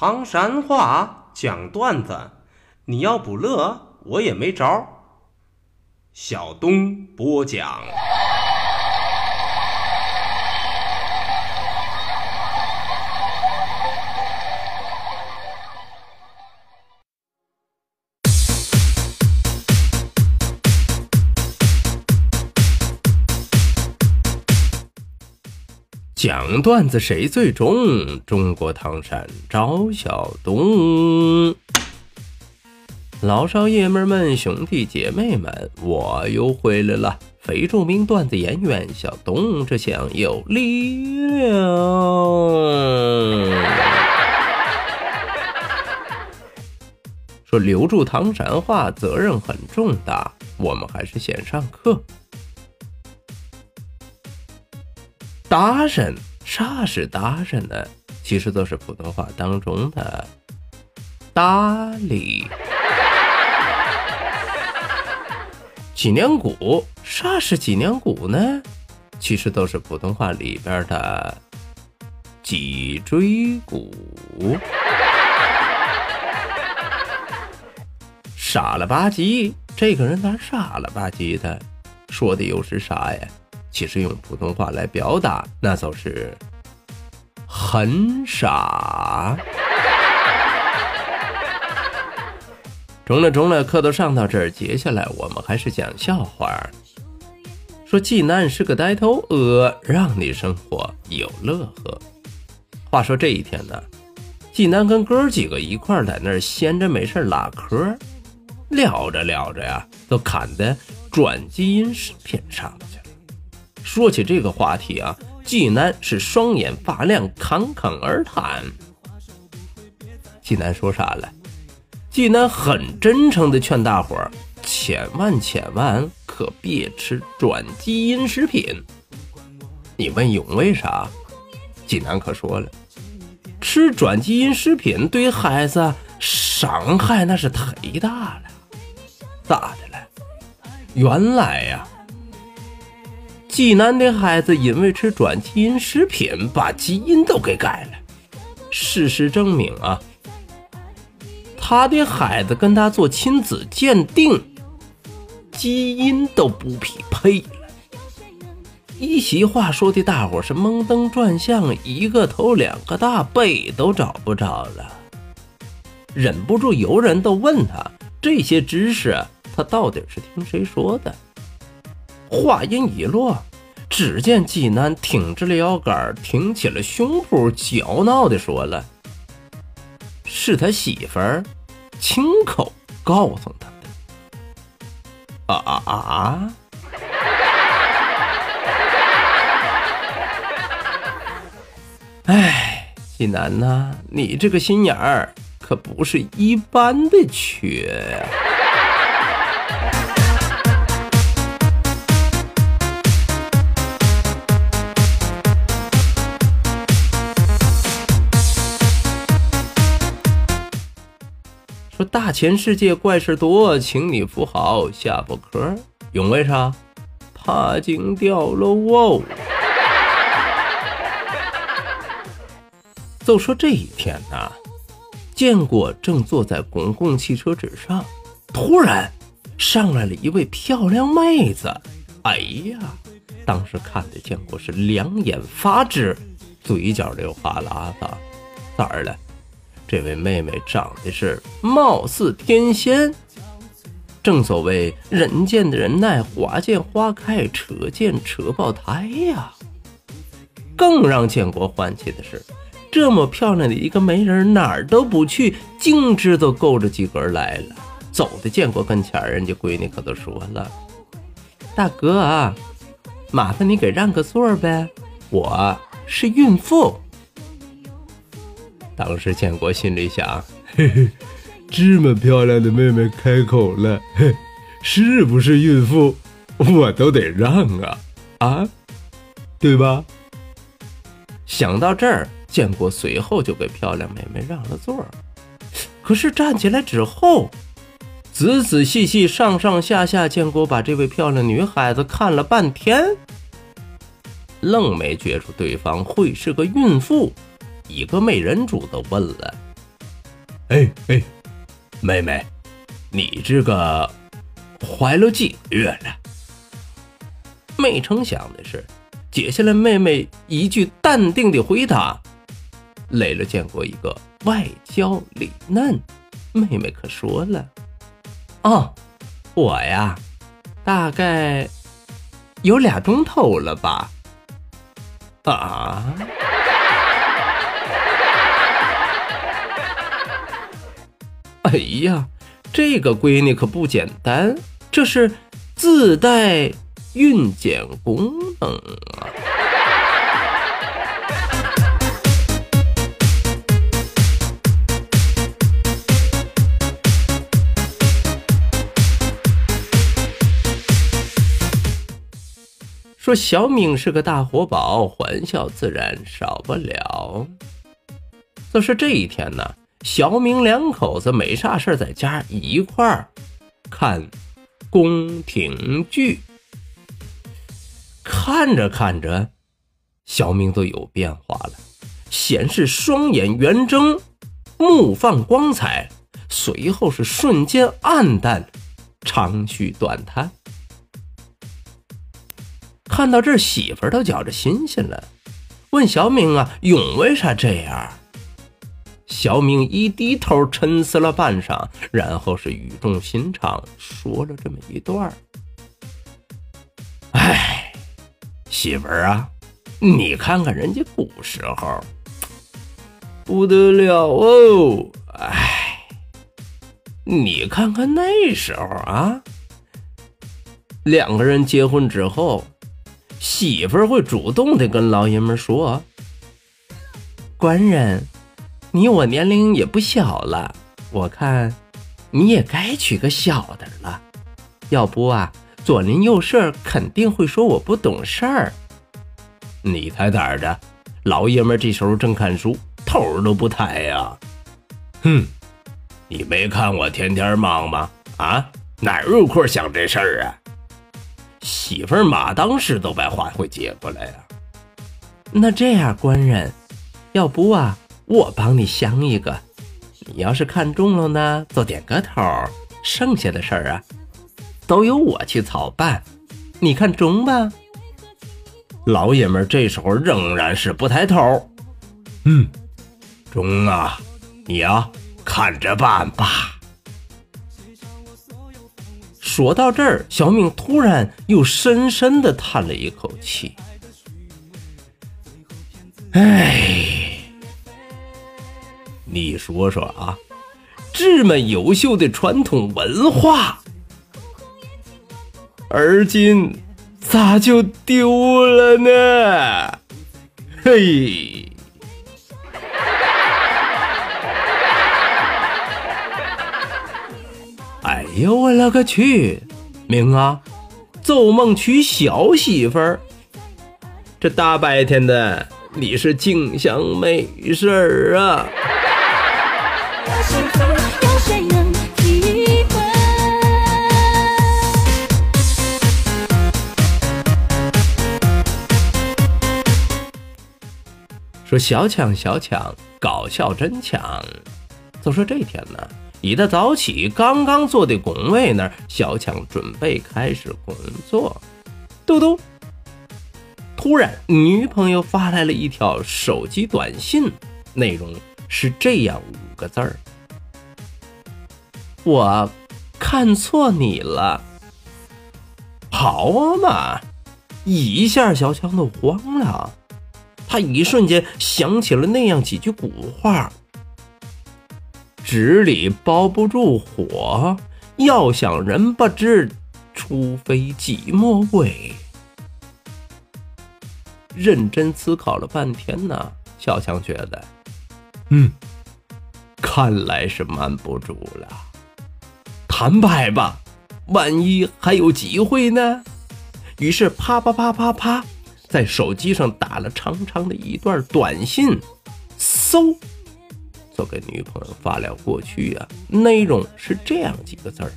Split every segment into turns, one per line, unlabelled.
唐山话讲段子，你要不乐，我也没招。小东播讲。讲段子谁最中？中国唐山赵小东。老少爷们们，兄弟姐妹们，我又回来了，非著名段子演员小东，这厢有力量。说留住唐山话责任很重大，我们还是先上课。达人，啥是达人呢？其实都是普通话当中的搭理。脊梁骨，啥是脊梁骨呢？其实都是普通话里边的脊椎骨。傻了吧唧，这个人咋傻了吧唧的？说的又是啥呀？其实用普通话来表达，那就是很傻。中了，课都上到这儿，接下来我们还是讲笑话。说济南是个呆头鹅，让你生活有乐呵。话说这一天呢，济南跟哥几个一块在那儿闲着没事拉嗑，聊着呀，都看得转基因视频上去了。说起这个话题啊，济南是双眼发亮，侃侃而谈。济南说啥了？济南很真诚地劝大伙儿，千万可别吃转基因食品。你问勇为啥？济南可说了，吃转基因食品对孩子伤害那是忒大了。咋的了？原来呀，济南的孩子因为吃转基因食品，把基因都给改了。事实证明啊，他的孩子跟他做亲子鉴定，基因都不匹配了。一席话说的大伙是蒙登转向，一个头两个大，背都找不着了。忍不住有人都问他，这些知识他到底是听谁说的？话音一落，只见济南挺直了腰杆，挺起了胸脯，骄傲地说了，是他媳妇儿亲口告诉他的。哎，济南呐，你这个心眼儿可不是一般的缺呀。说大千世界怪事多，请你扶好下播课。勇为啥？怕惊掉了哦。就说这一天呢，建国正坐在公共汽车之上，突然上来了一位漂亮妹子。哎呀，当时看的建国是两眼发直，嘴角流哈喇子。咋了？这位妹妹长得是貌似天仙，正所谓人见的人爱，花见花开，车见车爆胎呀。更让建国欢喜的是，这么漂亮的一个媒人哪儿都不去，径直都够着几根来了。走的建国跟前，人家闺女可都说了，大哥啊，麻烦你给让个座呗，我是孕妇。当时建国心里想，嘿嘿，这么漂亮的妹妹开口了，嘿，是不是孕妇我都得让啊，对吧？想到这儿，建国随后就给漂亮妹妹让了座。可是站起来之后，仔仔细细上下，建国把这位漂亮女孩子看了半天，愣没觉出对方会是个孕妇。一个美人主都问了， 哎，妹妹，你这个怀了几个月了？没成想的是，接下来妹妹一句淡定的回答。磊了见过一个外焦里嫩，妹妹可说了，哦，我呀，大概有2钟头了吧？啊？哎呀，这个闺女可不简单，这是自带孕检功能啊！说小敏是个大活宝，欢笑自然少不了。就是这一天呢，小敏两口子没啥事在家一块儿看宫廷剧，看着看着，小敏都有变化了。先是双眼圆睁，目放光彩，随后是瞬间暗淡，长吁短叹。看到这儿，媳妇儿都觉着新鲜了，问小敏啊，永为啥这样？小敏一低头沉思了半晌，然后是语重心长说了这么一段。哎，媳妇儿啊，你看看人家古时候不得了哦，哎，你看看那时候啊，2个人结婚之后，媳妇儿会主动的跟老爷们说，官人，你我年龄也不小了，我看你也该娶个小的了，要不啊，左邻右舍肯定会说我不懂事儿。你抬胆的，老爷们这时候正看书，头都不抬呀。哼，你没看我天天忙吗？啊，哪有空想这事儿啊？媳妇儿马当时都把话会接过来呀。那这样，官人，要不啊，我帮你想一个，你要是看中了呢，就点个头，剩下的事儿啊，都由我去操办，你看中吧？老爷们这时候仍然是不抬头。中啊，你啊，看着办吧。说到这儿，小敏突然又深深地叹了一口气。哎，你说说啊，这么优秀的传统文化，而今咋就丢了呢？嘿，哎呦我勒个去，明啊，做梦娶小媳妇儿，这大白天的你是净想美事儿啊！有谁能体会？说小强小强，搞笑真强。就说这天呢，一大早起，刚刚坐在工位那儿，小强准备开始工作。嘟嘟，突然女朋友发来了一条手机短信，内容是这样5个字儿：我看错你了。好啊嘛，一下小强都慌了，他一瞬间想起了那样几句古话：纸里包不住火，要想人不知，除非己莫为。认真思考了半天呢，小强觉得看来是瞒不住了，坦白吧，万一还有机会呢。于是啪啪啪啪啪，在手机上打了长长的一段短信，嗖就给女朋友发了过去啊。内容是这样几个字儿：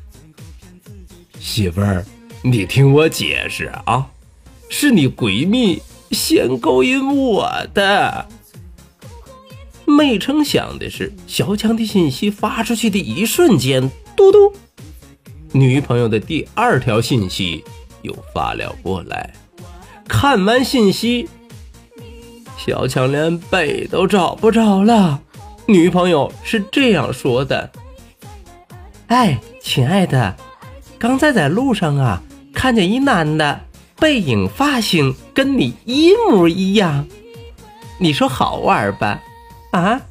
媳妇儿，你听我解释啊，是你闺蜜先勾引我的。 没成想的是，小强的信息发出去的一瞬间，嘟嘟，女朋友的第2条信息又发了过来。看完信息，小强连背都找不着了。女朋友是这样说的：哎，亲爱的，刚才在路上啊，看见一男的，背影发型跟你一模一样，你说好玩吧？啊？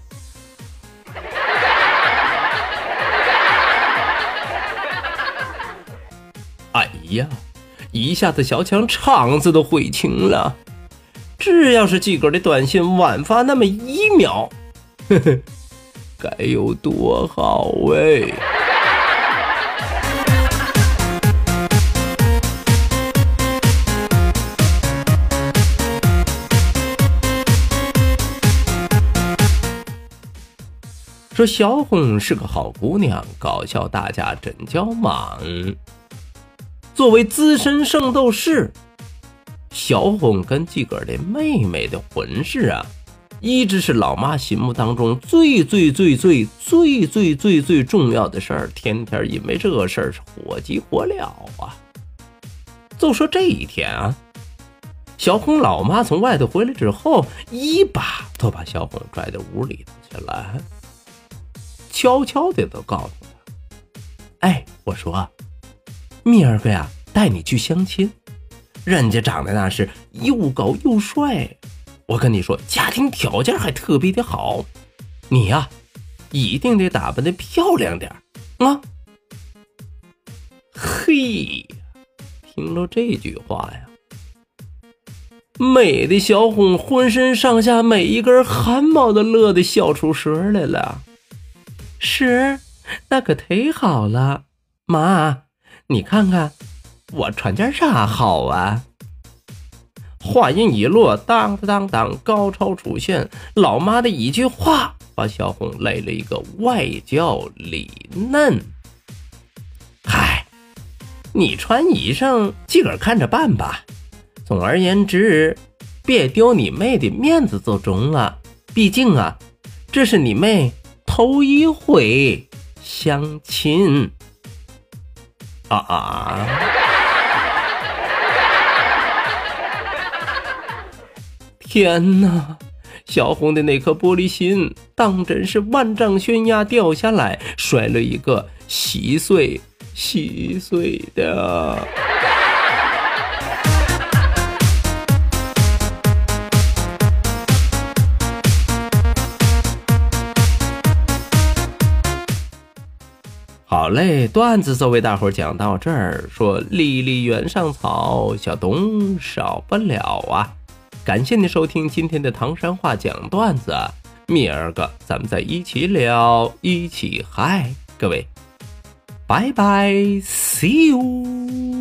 哎呀，一下子小强肠子都悔青了。只要是自个儿的短信晚发那么1秒，呵呵，该有多好哎！说小红是个好姑娘，搞笑大家真叫忙。作为资深圣斗士，小红跟自个儿的妹妹的婚事啊，一直是老妈心目当中最重要的事儿，天天因为这个事儿是火急火燎啊。就说这一天啊，小红老妈从外头回来之后，一把都把小红拽到屋里头去了，悄悄的都告诉他：哎，我说明儿个呀，带你去相亲，人家长得那是又高又帅，我跟你说，家庭条件还特别的好，你呀一定得打扮的漂亮点啊。嘿，听了这句话呀，美的小红浑身上下每一根汗毛都乐得笑出声来了。是，那可忒好了，妈，你看看我穿件啥好啊？话音一落，当当当，高潮出现。老妈的一句话把小红来了一个外焦里嫩。嗨，你穿衣裳自个儿看着办吧。总而言之，别丢你妹的面子就中了。毕竟啊，这是你妹头一回相亲。天哪，小红的那颗玻璃心当真是万丈悬崖掉下来，摔了一个稀碎的。好嘞，段子就为大伙讲到这儿。说粒粒原上草，小东少不了啊。感谢你收听今天的唐山话讲段子，明儿个咱们再一起聊，一起嗨，各位拜拜 ，see you。